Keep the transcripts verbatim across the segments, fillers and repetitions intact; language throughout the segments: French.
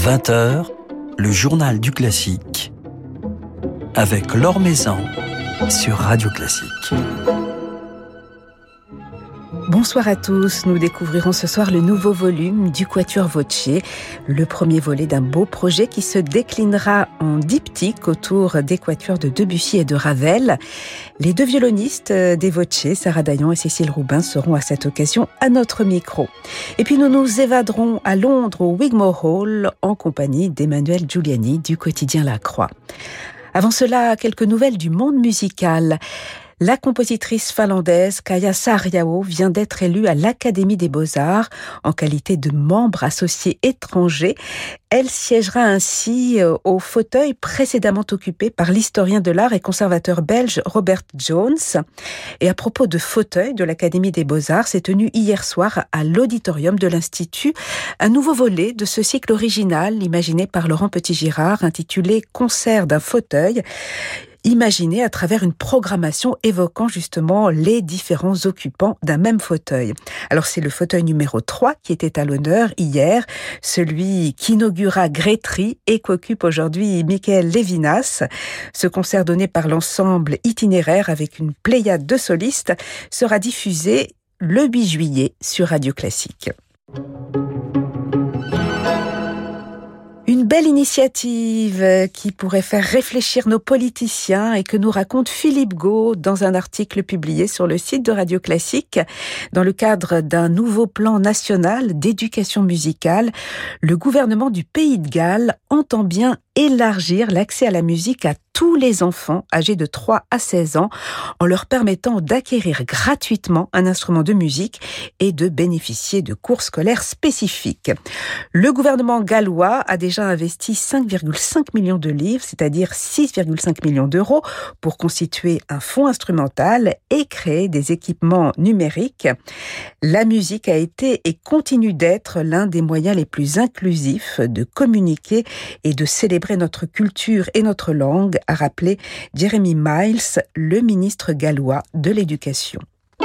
vingt heures, le journal du classique avec Laure Maison sur Radio Classique. Bonsoir à tous, nous découvrirons ce soir le nouveau volume du Quatuor Voce, le premier volet d'un beau projet qui se déclinera en diptyque autour des quatuors de Debussy et de Ravel. Les deux violonistes des Voce, Sarah Dayan et Cécile Roubin, seront à cette occasion à notre micro. Et puis nous nous évaderons à Londres au Wigmore Hall en compagnie d'Emmanuel Giuliani du quotidien La Croix. Avant cela, quelques nouvelles du monde musical. La compositrice finlandaise Kaija Saariaho vient d'être élue à l'Académie des Beaux-Arts en qualité de membre associé étranger. Elle siégera ainsi au fauteuil précédemment occupé par l'historien de l'art et conservateur belge Robert Jones. Et à propos de fauteuil de l'Académie des Beaux-Arts, s'est tenu hier soir à l'auditorium de l'Institut un nouveau volet de ce cycle original imaginé par Laurent Petit-Girard intitulé « Concert d'un fauteuil ». Imaginé à travers une programmation évoquant justement les différents occupants d'un même fauteuil. Alors c'est le fauteuil numéro trois qui était à l'honneur hier, celui qu'inaugura Grétry et qu'occupe aujourd'hui Michael Levinas. Ce concert donné par l'ensemble itinéraire avec une pléiade de solistes sera diffusé le huit juillet sur Radio Classique. Une belle initiative qui pourrait faire réfléchir nos politiciens et que nous raconte Philippe Gau dans un article publié sur le site de Radio Classique. Dans le cadre d'un nouveau plan national d'éducation musicale, le gouvernement du Pays de Galles entend bien élargir l'accès à la musique à tous les enfants âgés de trois à seize ans en leur permettant d'acquérir gratuitement un instrument de musique et de bénéficier de cours scolaires spécifiques. Le gouvernement gallois a déjà investi cinq virgule cinq millions de livres, c'est-à-dire six virgule cinq millions d'euros, pour constituer un fonds instrumental et créer des équipements numériques. La musique a été et continue d'être l'un des moyens les plus inclusifs de communiquer et de célébrer notre culture et notre langue, a rappelé Jeremy Miles, le ministre gallois de l'Éducation.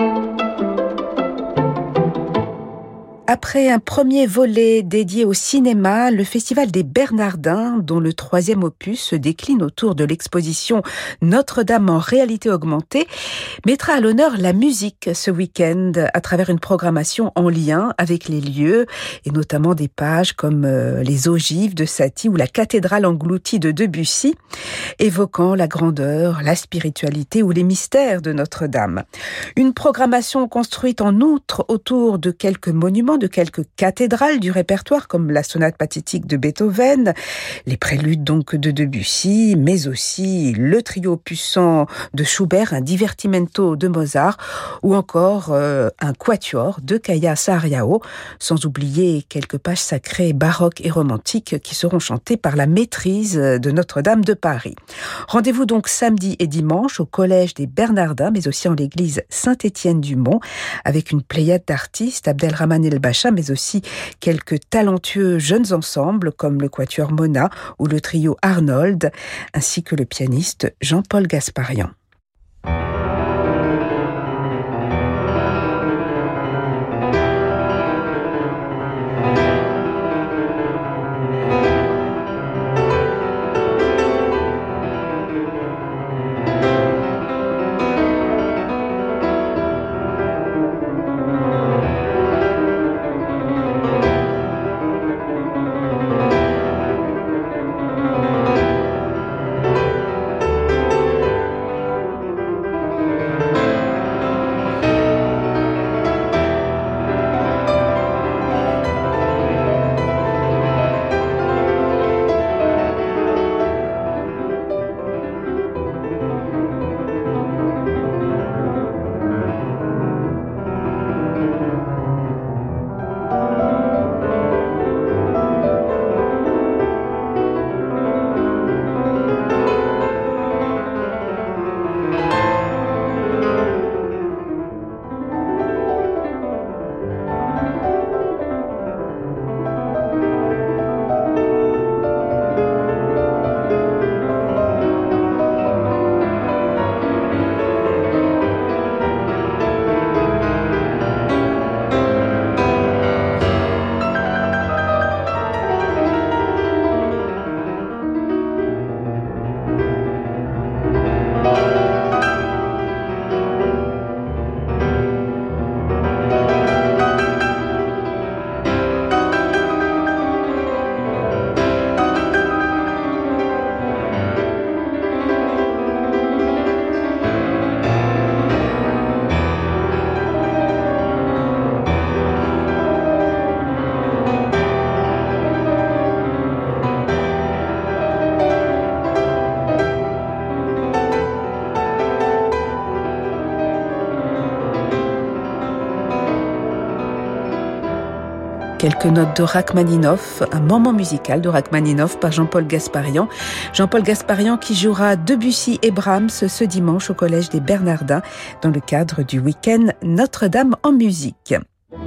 Après un premier volet dédié au cinéma, le Festival des Bernardins, dont le troisième opus se décline autour de l'exposition Notre-Dame en réalité augmentée, mettra à l'honneur la musique ce week-end à travers une programmation en lien avec les lieux et notamment des pages comme les ogives de Satie ou la cathédrale engloutie de Debussy, évoquant la grandeur, la spiritualité ou les mystères de Notre-Dame. Une programmation construite en outre autour de quelques monuments, de quelques cathédrales du répertoire comme la sonate pathétique de Beethoven, les préludes donc de Debussy, mais aussi le trio puissant de Schubert, un divertimento de Mozart ou encore euh, un quatuor de Kaija Saariaho, sans oublier quelques pages sacrées baroques et romantiques qui seront chantées par la maîtrise de Notre-Dame de Paris. Rendez-vous donc samedi et dimanche au Collège des Bernardins, mais aussi en l'église Saint-Étienne-du-Mont, avec une pléiade d'artistes, Abdelrahman El Bacha, mais aussi quelques talentueux jeunes ensembles comme le quatuor Mona ou le trio Arnold, ainsi que le pianiste Jean-Paul Gasparian. quelques notes de Rachmaninoff, un moment musical de Rachmaninoff par Jean-Paul Gasparian. Jean-Paul Gasparian qui jouera Debussy et Brahms ce dimanche au Collège des Bernardins dans le cadre du week-end Notre-Dame en musique.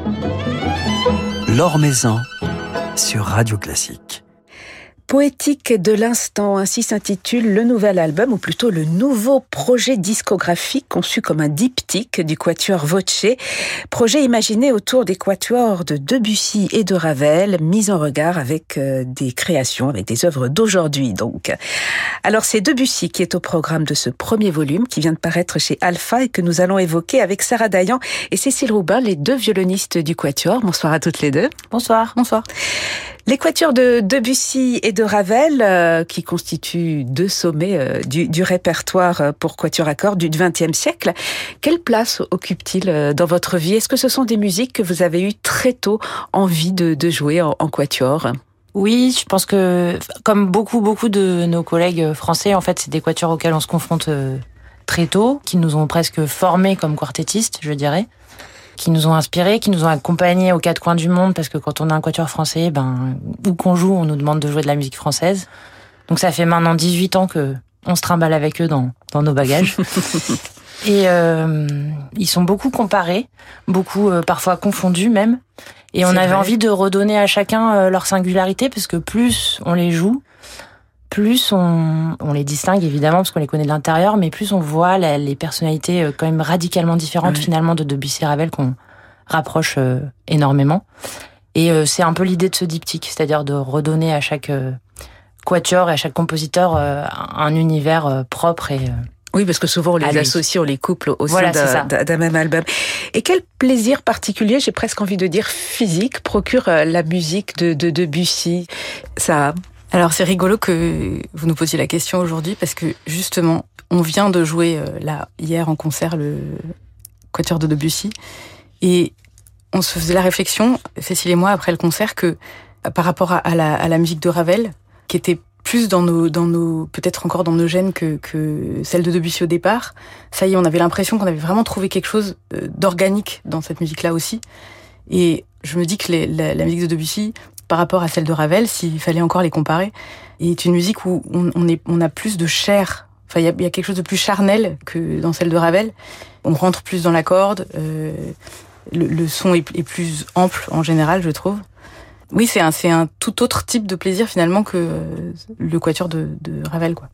Laure Maison sur Radio Classique. Poétique de l'instant, ainsi s'intitule le nouvel album, ou plutôt le nouveau projet discographique conçu comme un diptyque du quatuor Voce, projet imaginé autour des quatuors de Debussy et de Ravel, mis en regard avec euh, des créations, avec des œuvres d'aujourd'hui donc. Alors c'est Debussy qui est au programme de ce premier volume qui vient de paraître chez Alpha et que nous allons évoquer avec Sarah Dayan et Cécile Roubin, les deux violonistes du quatuor. Bonsoir à toutes les deux. Bonsoir. Bonsoir. Les quatuors de Debussy et de Ravel, euh, qui constituent deux sommets euh, du, du répertoire pour quatuor à cordes du vingtième siècle, quelle place occupent-ils euh, dans votre vie? Est-ce que ce sont des musiques que vous avez eu très tôt envie de, de jouer en, en quatuor? Oui, je pense que, comme beaucoup, beaucoup de nos collègues français, en fait, c'est des quatuors auxquels on se confronte très tôt, qui nous ont presque formés comme quartettistes, je dirais, qui nous ont inspirés, qui nous ont accompagnés aux quatre coins du monde, parce que quand on a un quatuor français, ben, où qu'on joue, on nous demande de jouer de la musique française. Donc ça fait maintenant dix-huit ans que on se trimballe avec eux dans, dans nos bagages. Et euh, ils sont beaucoup comparés, beaucoup euh, parfois confondus même. Et on C'est avait vrai. envie de redonner à chacun euh, leur singularité, parce que plus on les joue, plus on, on les distingue évidemment, parce qu'on les connaît de l'intérieur, mais plus on voit la, les personnalités euh, quand même radicalement différentes, Ouais. finalement, de Debussy et Ravel, qu'on rapproche euh, énormément. Et euh, c'est un peu l'idée de ce diptyque, c'est-à-dire de redonner à chaque euh, quatuor et à chaque compositeur euh, un univers euh, propre et... Euh, Oui, parce que souvent on à les lui. associe, on les couple au Voilà, sein c'est ça. d'un, d'un même album. Et quel plaisir particulier, j'ai presque envie de dire physique, procure euh, la musique de, de Debussy? Ça. Alors c'est rigolo que vous nous posiez la question aujourd'hui parce que justement, on vient de jouer euh, là hier en concert le quatuor de Debussy et on se faisait la réflexion, Cécile et moi, après le concert, que euh, par rapport à, à, la, à la musique de Ravel, qui était plus dans nos, dans nos, peut-être encore dans nos gènes que, que celle de Debussy au départ, ça y est, on avait l'impression qu'on avait vraiment trouvé quelque chose euh, d'organique dans cette musique-là aussi. Et je me dis que les, la, la musique de Debussy, par rapport à celle de Ravel, s'il fallait encore les comparer, est une musique où on, on, est, on a plus de chair. Enfin, il y a, il y a quelque chose de plus charnel que dans celle de Ravel. On rentre plus dans la corde. Euh, le, le son est, est plus ample en général, je trouve. Oui, c'est un, c'est un tout autre type de plaisir finalement que euh, le quatuor de, de Ravel, quoi.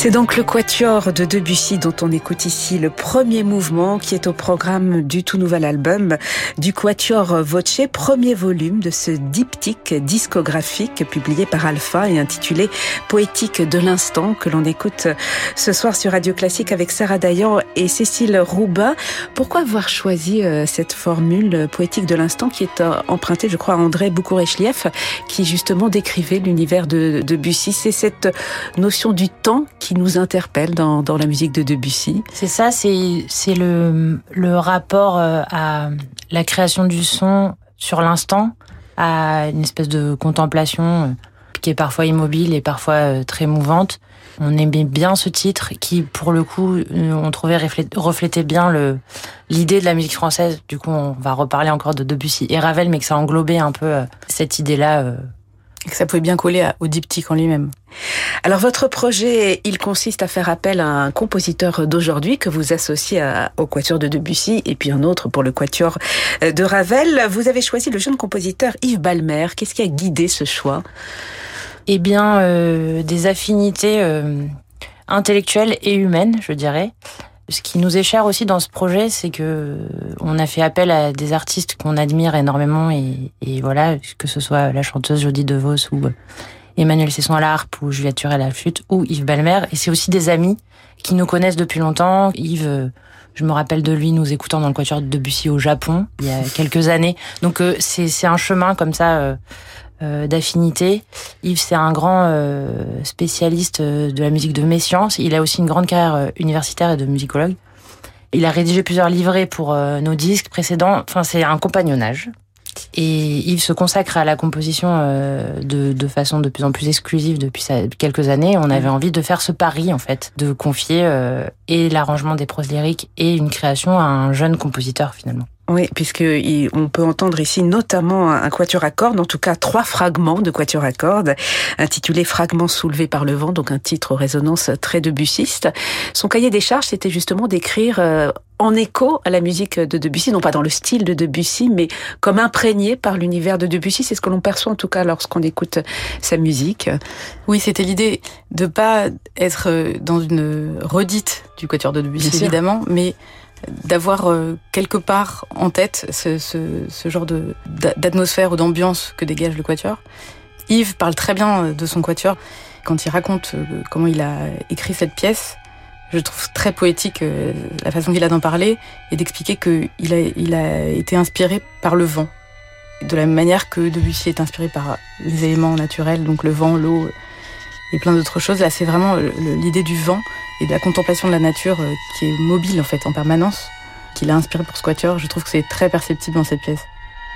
C'est donc le quatuor de Debussy dont on écoute ici le premier mouvement qui est au programme du tout nouvel album du Quatuor Voce, premier volume de ce diptyque discographique publié par Alpha et intitulé Poétique de l'instant que l'on écoute ce soir sur Radio Classique avec Sarah Dayan et Cécile Roubin. Pourquoi avoir choisi cette formule Poétique de l'instant qui est empruntée, je crois, à André Boukhourechlief qui justement décrivait l'univers de Debussy? C'est cette notion du temps qui nous interpelle dans, dans la musique de Debussy. C'est ça, c'est, c'est le, le rapport à la création du son sur l'instant, à une espèce de contemplation qui est parfois immobile et parfois très mouvante. On aimait bien ce titre qui, pour le coup, on trouvait reflétait bien le, l'idée de la musique française. Du coup, on va reparler encore de Debussy et Ravel, mais que ça englobait un peu cette idée-là. Et que ça pouvait bien coller au diptyque en lui-même. Alors votre projet, il consiste à faire appel à un compositeur d'aujourd'hui que vous associez à, au quatuor de Debussy et puis un autre pour le quatuor de Ravel. Vous avez choisi le jeune compositeur Yves Balmer. Qu'est-ce qui a guidé ce choix? Eh bien, euh, des affinités euh, intellectuelles et humaines, je dirais. Ce qui nous est cher aussi dans ce projet, c'est que on a fait appel à des artistes qu'on admire énormément et, et voilà, que ce soit la chanteuse Jodie DeVos ou Emmanuel Cesson à la harpe ou Juliette Turel à la flûte ou Yves Balmer. Et c'est aussi des amis qui nous connaissent depuis longtemps. Yves, je me rappelle de lui nous écoutant dans le quatuor de Debussy au Japon il y a quelques années. Donc c'est c'est un chemin comme ça euh, euh, d'affinité. Yves, c'est un grand euh, spécialiste de la musique de Messiaen. Il a aussi une grande carrière universitaire et de musicologue. Il a rédigé plusieurs livrets pour euh, nos disques précédents. Enfin, c'est un compagnonnage. Et Yves se consacre à la composition euh, de, de façon de plus en plus exclusive depuis ça, quelques années. On avait envie de faire ce pari, en fait, de confier euh, et l'arrangement des proses lyriques et une création à un jeune compositeur, finalement. Oui, puisque on peut entendre ici notamment un quatuor à cordes, en tout cas trois fragments de quatuor à cordes, intitulé Fragments soulevés par le vent, donc un titre aux résonances très debussistes. Son cahier des charges, c'était justement d'écrire euh, en écho à la musique de Debussy, non pas dans le style de Debussy, mais comme imprégné par l'univers de Debussy. C'est ce que l'on perçoit en tout cas lorsqu'on écoute sa musique. Oui, c'était l'idée de pas être dans une redite du quatuor de Debussy, Bien évidemment, sûr. mais d'avoir euh, quelque part en tête ce, ce, ce genre de, d'atmosphère ou d'ambiance que dégage le quatuor. Yves parle très bien de son quatuor. Quand il raconte euh, comment il a écrit cette pièce, je trouve très poétique euh, la façon qu'il a d'en parler et d'expliquer qu'il a, il a été inspiré par le vent. De la même manière que Debussy est inspiré par les éléments naturels, donc le vent, l'eau et plein d'autres choses. Là, c'est vraiment l'idée du vent et de la contemplation de la nature qui est mobile, en fait, en permanence, qui l'a inspiré pour ce quatuor. Je trouve que c'est très perceptible dans cette pièce.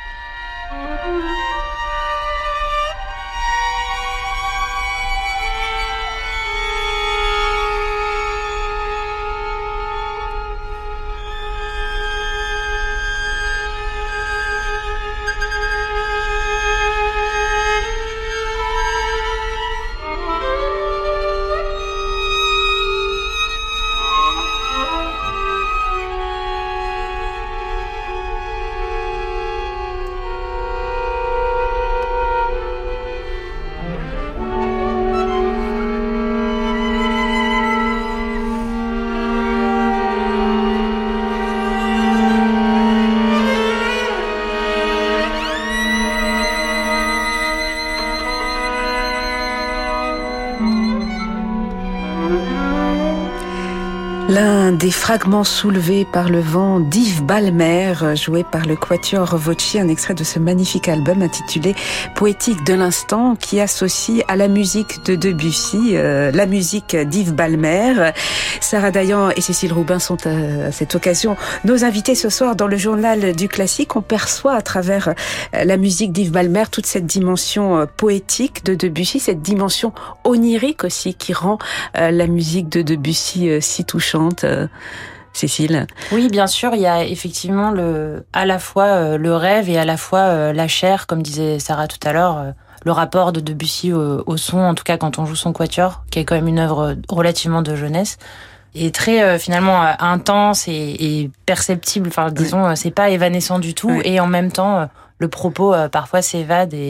L'un des fragments soulevés par le vent d'Yves Balmer, joué par le Quatuor Voce, un extrait de ce magnifique album intitulé Poétique de l'instant, qui associe à la musique de Debussy euh, la musique d'Yves Balmer. Sarah Dayan et Cécile Roubin sont à, à cette occasion nos invités ce soir dans le journal du classique. On perçoit à travers la musique d'Yves Balmer toute cette dimension poétique de Debussy, cette dimension onirique aussi qui rend euh, la musique de Debussy euh, si touchante. Euh, Cécile. Oui, bien sûr, il y a effectivement le, à la fois euh, le rêve et à la fois euh, la chair, comme disait Sarah tout à l'heure, euh, le rapport de Debussy au, au son, en tout cas quand on joue son quatuor, qui est quand même une œuvre relativement de jeunesse, est très euh, finalement euh, intense et, et perceptible. Enfin, disons, oui. c'est pas évanescent du tout, oui. et en même temps, euh, le propos euh, parfois s'évade et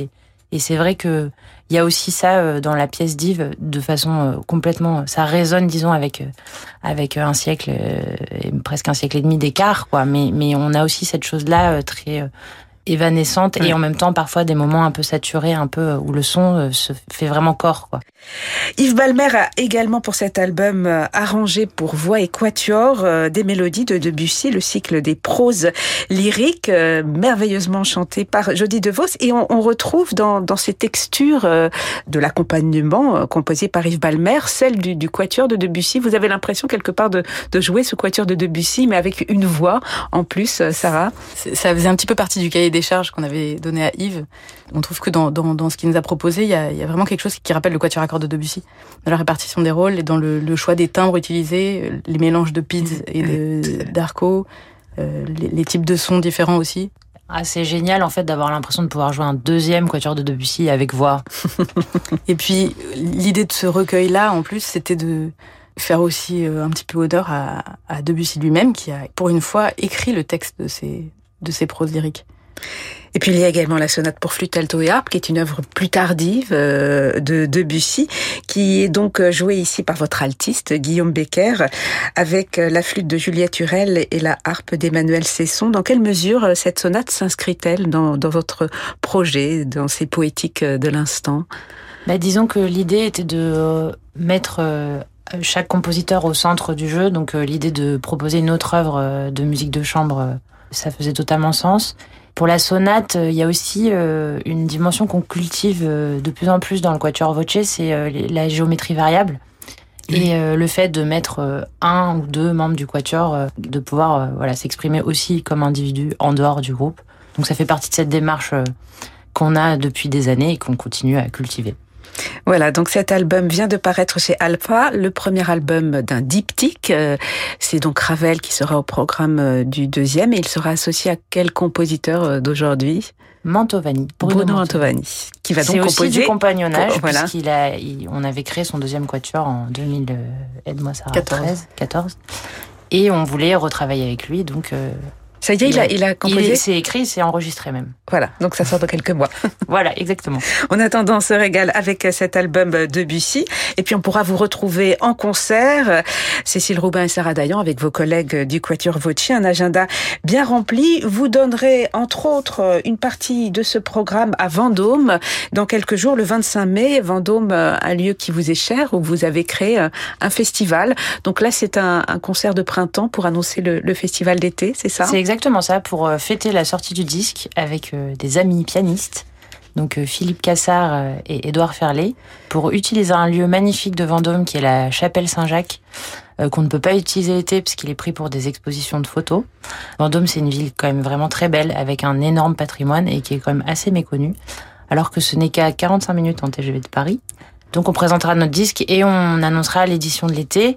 Et c'est vrai que il y a aussi ça dans la pièce d'Yves de façon complètement, ça résonne, disons, avec avec un siècle, presque un siècle et demi d'écart, quoi. Mais mais on a aussi cette chose-là très évanescente ouais. et en même temps parfois des moments un peu saturés, un peu où le son se fait vraiment corps, quoi. Yves Balmer a également pour cet album arrangé pour voix et quatuor euh, des mélodies de Debussy, le cycle des proses lyriques, euh, merveilleusement chantées par Jody DeVos, et on, on retrouve dans, dans ces textures euh, de l'accompagnement euh, composé par Yves Balmer, celle du, du quatuor de Debussy. Vous avez l'impression quelque part de, de jouer ce quatuor de Debussy, mais avec une voix en plus, euh, Sarah. Ça faisait un petit peu partie du cahier des charges qu'on avait donné à Yves. On trouve que dans, dans, dans ce qu'il nous a proposé, il y a, il y a vraiment quelque chose qui rappelle le quatuor à cordes de Debussy, dans la répartition des rôles et dans le, le choix des timbres utilisés, les mélanges de pids et de, d'arco, euh, les, les types de sons différents aussi. Ah, c'est génial en fait d'avoir l'impression de pouvoir jouer un deuxième quatuor de Debussy avec voix. Et puis l'idée de ce recueil-là, en plus, c'était de faire aussi un petit peu honneur à, à Debussy lui-même, qui a pour une fois écrit le texte de ses, de ses proses lyriques. Et puis il y a également la sonate pour flûte, alto et harpe, qui est une œuvre plus tardive euh, de Debussy, qui est donc jouée ici par votre altiste, Guillaume Becker, avec la flûte de Juliette Hurel et la harpe d'Emmanuel Cesson. Dans quelle mesure cette sonate s'inscrit-elle dans, dans votre projet, dans ces poétiques de l'instant ? Bah, disons que l'idée était de mettre euh, chaque compositeur au centre du jeu, donc euh, l'idée de proposer une autre œuvre de musique de chambre, euh, ça faisait totalement sens. Pour la sonate, il y a aussi euh, une dimension qu'on cultive euh, de plus en plus dans le quatuor voce, c'est euh, la géométrie variable. Mmh. Et euh, le fait de mettre euh, un ou deux membres du quatuor, euh, de pouvoir euh, voilà, s'exprimer aussi comme individu en dehors du groupe. Donc ça fait partie de cette démarche euh, qu'on a depuis des années et qu'on continue à cultiver. Voilà, donc cet album vient de paraître chez Alpha, le premier album d'un diptyque. C'est donc Ravel qui sera au programme du deuxième, et il sera associé à quel compositeur d'aujourd'hui ? Mantovani. Bruno, Bruno Mantovani, qui va donc c'est composer. C'est aussi du compagnonnage, pour, voilà. puisqu'il a, il, on avait créé son deuxième quatuor en deux mille, euh, aide-moi Sarah, treize, quatorze, et on voulait retravailler avec lui, donc. Euh, Ça y est, il, il a, il a composé. Il, c'est écrit, c'est enregistré même. Voilà, donc ça sort dans quelques mois. Voilà, exactement. En attendant, on se régale avec cet album Debussy. Et puis on pourra vous retrouver en concert, Cécile Roubin et Sarah Dayan, avec vos collègues du Quatuor Voce. Un agenda bien rempli. Vous donnerez, entre autres, une partie de ce programme à Vendôme dans quelques jours, le vingt-cinq mai. Vendôme, un lieu qui vous est cher, où vous avez créé un festival. Donc là, c'est un, un concert de printemps pour annoncer le, le festival d'été, c'est ça ? C'est exactement ça, pour fêter la sortie du disque avec des amis pianistes, donc Philippe Cassard et Édouard Ferlet, pour utiliser un lieu magnifique de Vendôme qui est la chapelle Saint-Jacques, qu'on ne peut pas utiliser l'été parce qu'il est pris pour des expositions de photos. Vendôme, c'est une ville quand même vraiment très belle, avec un énorme patrimoine et qui est quand même assez méconnue, alors que ce n'est qu'à quarante-cinq minutes en T G V de Paris. Donc on présentera notre disque et on annoncera l'édition de l'été.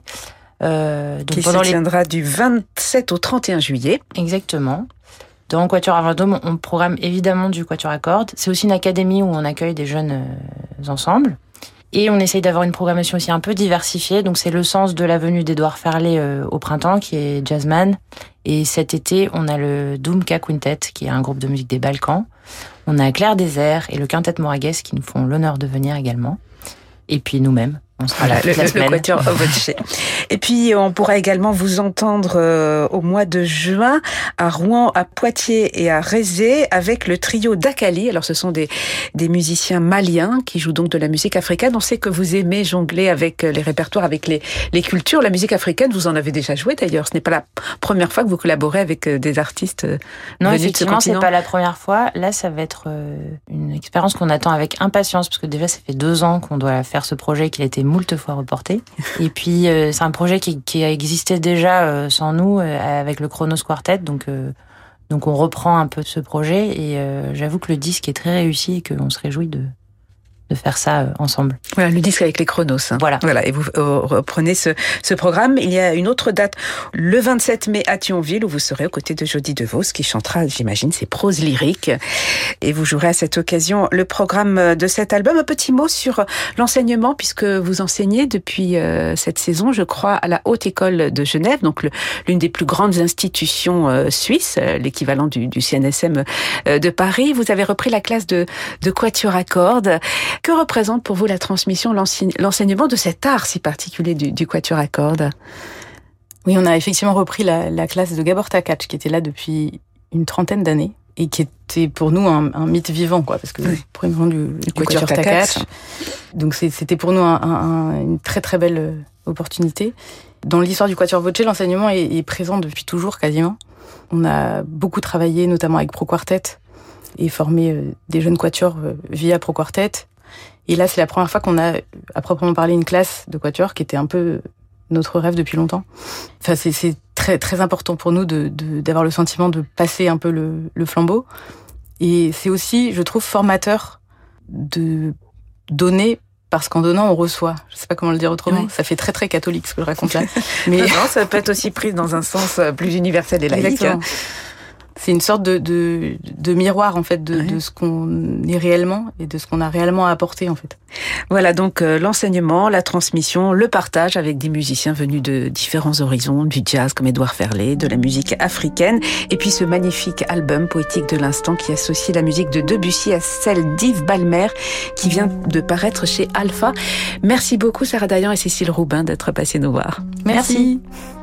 Euh, donc qui pendant se tiendra les... du vingt-sept au trente et un juillet. Exactement. Dans Quatuor à Vendôme, on programme évidemment du quatuor à cordes. C'est aussi une académie où on accueille des jeunes euh, ensembles. Et on essaye d'avoir une programmation aussi un peu diversifiée. Donc c'est le sens de la venue d'Édouard Ferlet euh, au printemps, qui est jazzman. Et cet été, on a le Doumka Quintet, qui est un groupe de musique des Balkans. On a Claire Désert et le Quintet Moragues qui nous font l'honneur de venir également. Et puis nous-mêmes. On sera là le, toute la le, semaine. Le Quatuor Voce. Et puis, on pourra également vous entendre euh, au mois de juin à Rouen, à Poitiers et à Rézé avec le trio d'Akali. Alors, ce sont des, des musiciens maliens qui jouent donc de la musique africaine. On sait que vous aimez jongler avec les répertoires, avec les, les cultures. La musique africaine, vous en avez déjà joué d'ailleurs. Ce n'est pas la première fois que vous collaborez avec des artistes non, venus de ce continent. Non, effectivement, c'est pas la première fois. Là, ça va être une expérience qu'on attend avec impatience parce que déjà, ça fait deux ans qu'on doit faire ce projet, qu'il a été moult fois reporté. Et puis, euh, c'est un projet qui, qui a existé déjà euh, sans nous, euh, avec le Chronos Quartet. Donc, euh, donc, on reprend un peu ce projet. Et euh, j'avoue que le disque est très réussi et qu'on se réjouit de, de faire ça euh, ensemble. Voilà, le disque avec les chronos. Hein. Voilà. Voilà. Et vous euh, reprenez ce, ce programme. Il y a une autre date, le vingt-sept mai à Thionville, où vous serez aux côtés de Jody DeVos, qui chantera, j'imagine, ses proses lyriques. Et vous jouerez à cette occasion le programme de cet album. Un petit mot sur l'enseignement, puisque vous enseignez depuis euh, cette saison, je crois, à la Haute École de Genève, donc le, l'une des plus grandes institutions euh, suisses, l'équivalent du, du C N S M euh, de Paris. Vous avez repris la classe de, de quatuor à cordes. Que représente pour vous la transmission, l'enseignement de cet art si particulier du, du quatuor à cordes? Oui, on a effectivement repris la, la classe de Gabor Takacs, qui était là depuis une trentaine d'années, et qui était pour nous un, un mythe vivant, quoi, parce que oui. Premier nom du, du quatuor Takacs. Donc c'était pour nous un, un, une très très belle opportunité. Dans l'histoire du quatuor Voce, l'enseignement est, est présent depuis toujours quasiment. On a beaucoup travaillé, notamment avec Pro Quartet, et formé euh, des jeunes quatuors euh, via Pro Quartet. Et là, c'est la première fois qu'on a, à proprement parler, une classe de quatuor qui était un peu notre rêve depuis longtemps. Enfin, c'est, c'est très très important pour nous de, de d'avoir le sentiment de passer un peu le, le flambeau. Et c'est aussi, je trouve, formateur de donner, parce qu'en donnant, on reçoit. Je sais pas comment le dire autrement. Oui. Ça fait très très catholique ce que je raconte là. Mais non, ça peut être aussi pris dans un sens plus universel et laïque. Exactement. C'est une sorte de, de, de miroir, en fait, de, ouais. de ce qu'on est réellement et de ce qu'on a réellement à apporter, en fait. Voilà, donc euh, l'enseignement, la transmission, le partage avec des musiciens venus de différents horizons, du jazz comme Édouard Ferlet, de la musique africaine, et puis ce magnifique album Poétique de l'instant qui associe la musique de Debussy à celle d'Yves Balmer, qui vient de paraître chez Alpha. Merci beaucoup, Sarah Dayan et Cécile Roubin, d'être passées nous voir. Merci. Merci.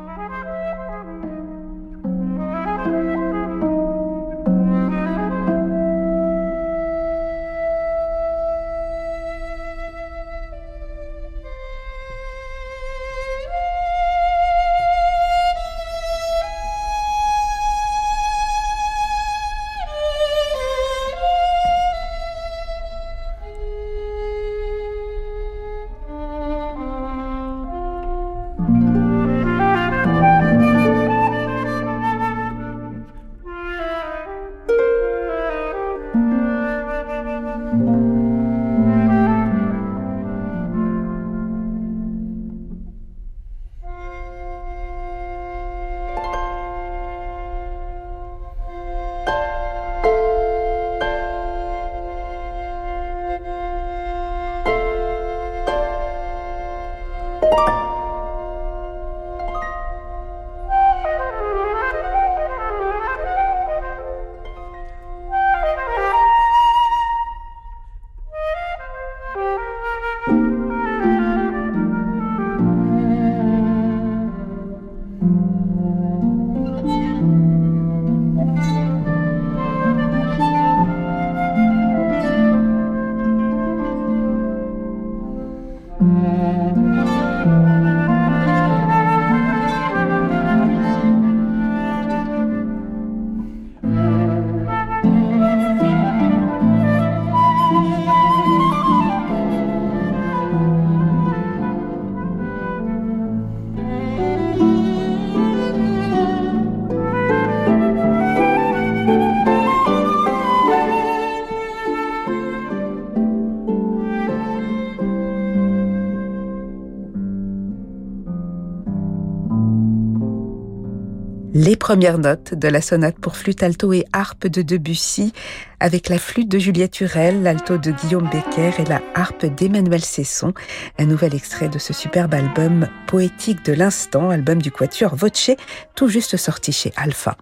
Les premières notes de la sonate pour flûte alto et harpe de Debussy, avec la flûte de Juliette Hurel, l'alto de Guillaume Becker et la harpe d'Emmanuel Cesson. Un nouvel extrait de ce superbe album Poétique de l'instant, album du quatuor Voce, tout juste sorti chez Alpha.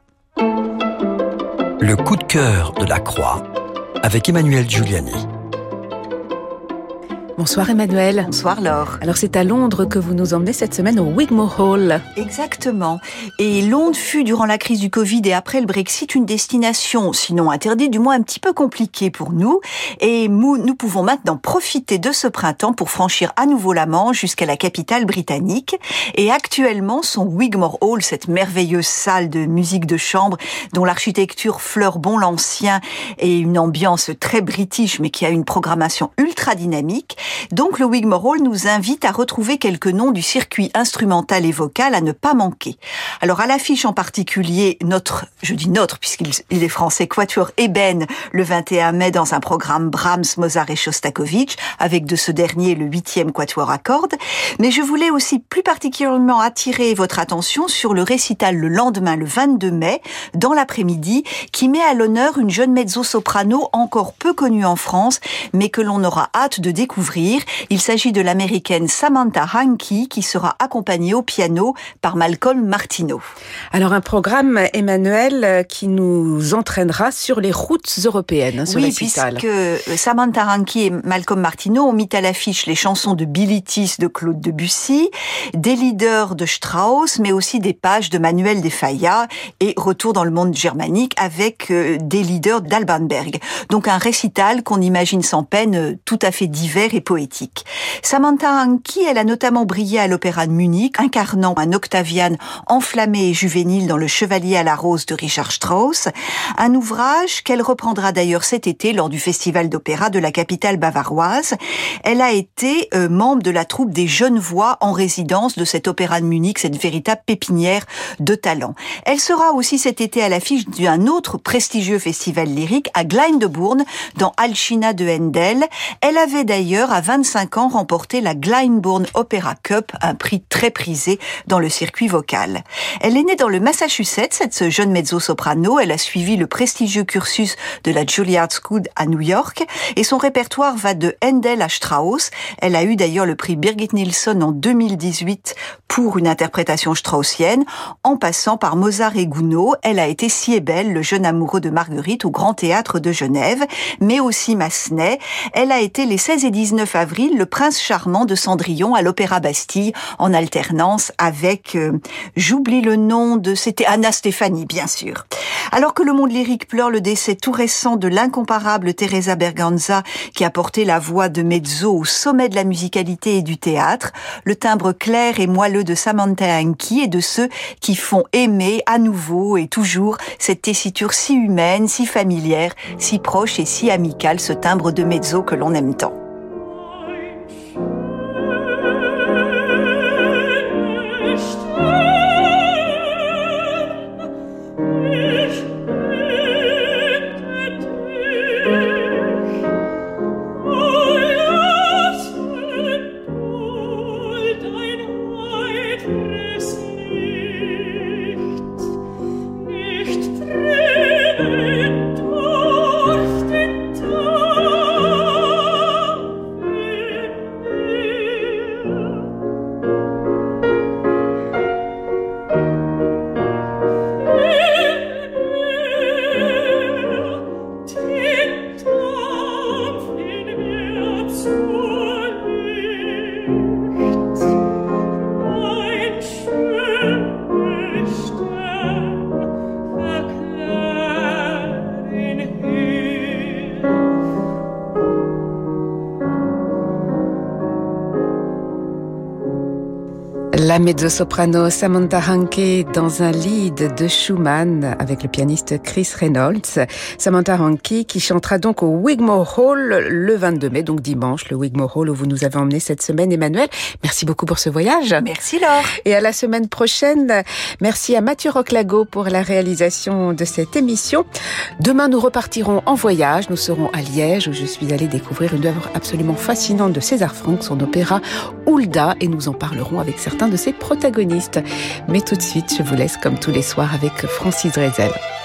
Le coup de cœur de la Croix, avec Emmanuel Giuliani. Bonsoir Emmanuel. Bonsoir Laure. Alors c'est à Londres que vous nous emmenez cette semaine au Wigmore Hall. Exactement. Et Londres fut, durant la crise du Covid et après le Brexit, une destination, sinon interdite, du moins un petit peu compliquée pour nous. Et nous, nous pouvons maintenant profiter de ce printemps pour franchir à nouveau la Manche jusqu'à la capitale britannique. Et actuellement, son Wigmore Hall, cette merveilleuse salle de musique de chambre dont l'architecture fleure bon l'ancien et une ambiance très british mais qui a une programmation ultra dynamique, Donc le Wigmore Hall nous invite à retrouver quelques noms du circuit instrumental et vocal à ne pas manquer. Alors à l'affiche en particulier, notre, je dis notre puisqu'il il est français, Quatuor Eben le vingt et un mai dans un programme Brahms, Mozart et Shostakovich, avec de ce dernier le huitième Quatuor à cordes. Mais je voulais aussi plus particulièrement attirer votre attention sur le récital le lendemain, le vingt-deux mai, dans l'après-midi, qui met à l'honneur une jeune mezzo-soprano encore peu connue en France, mais que l'on aura hâte de découvrir. Il s'agit de l'américaine Samantha Hankey, qui sera accompagnée au piano par Malcolm Martineau. Alors un programme, Emmanuel, qui nous entraînera sur les routes européennes, ce oui, récital. Puisque Samantha Hankey et Malcolm Martineau ont mis à l'affiche les chansons de Bilitis de Claude Debussy, des leaders de Strauss, mais aussi des pages de Manuel de Falla et Retour dans le monde germanique avec des leaders d'Alban Berg. Donc un récital qu'on imagine sans peine tout à fait divers et poétique. Samantha Hankey, elle a notamment brillé à l'Opéra de Munich, incarnant un Octavian enflammé et juvénile dans Le Chevalier à la rose de Richard Strauss, un ouvrage qu'elle reprendra d'ailleurs cet été lors du Festival d'opéra de la capitale bavaroise. Elle a été euh, membre de la troupe des Jeunes Voix en résidence de cet Opéra de Munich, cette véritable pépinière de talent. Elle sera aussi cet été à l'affiche d'un autre prestigieux festival lyrique à Glyndebourne, dans Alcina de Handel. Elle avait d'ailleurs à vingt-cinq ans remporté la Glyndebourne Opera Cup, un prix très prisé dans le circuit vocal. Elle est née dans le Massachusetts, cette jeune mezzo-soprano. Elle a suivi le prestigieux cursus de la Juilliard School à New York et son répertoire va de Handel à Strauss. Elle a eu d'ailleurs le prix Birgit Nilsson en deux mille dix-huit pour une interprétation straussienne, en passant par Mozart et Gounod. Elle a été Siebel, le jeune amoureux de Marguerite, au Grand Théâtre de Genève, mais aussi Massenet. Elle a été les seize et dix-neuf avril le prince charmant de Cendrillon à l'Opéra Bastille, en alternance avec, euh, j'oublie le nom de, c'était Anna Stefani, bien sûr. Alors que le monde lyrique pleure le décès tout récent de l'incomparable Teresa Berganza, qui a porté la voix de mezzo au sommet de la musicalité et du théâtre, le timbre clair et moelleux de Samantha Hankey et de ceux qui font aimer à nouveau et toujours cette tessiture si humaine, si familière, si proche et si amicale, ce timbre de mezzo que l'on aime tant. La mezzo-soprano Samantha Hankey dans un lead de Schumann avec le pianiste Chris Reynolds. Samantha Hankey qui chantera donc au Wigmore Hall le vingt-deux mai, donc dimanche, le Wigmore Hall où vous nous avez emmenés cette semaine, Emmanuel. Merci beaucoup pour ce voyage. Merci Laure. Et à la semaine prochaine. Merci à Mathieu Roclago pour la réalisation de cette émission. Demain, nous repartirons en voyage. Nous serons à Liège où je suis allée découvrir une œuvre absolument fascinante de César Franck, son opéra Hulda, et nous en parlerons avec certains de ses protagonistes. Mais tout de suite, je vous laisse comme tous les soirs avec Francis Drezel.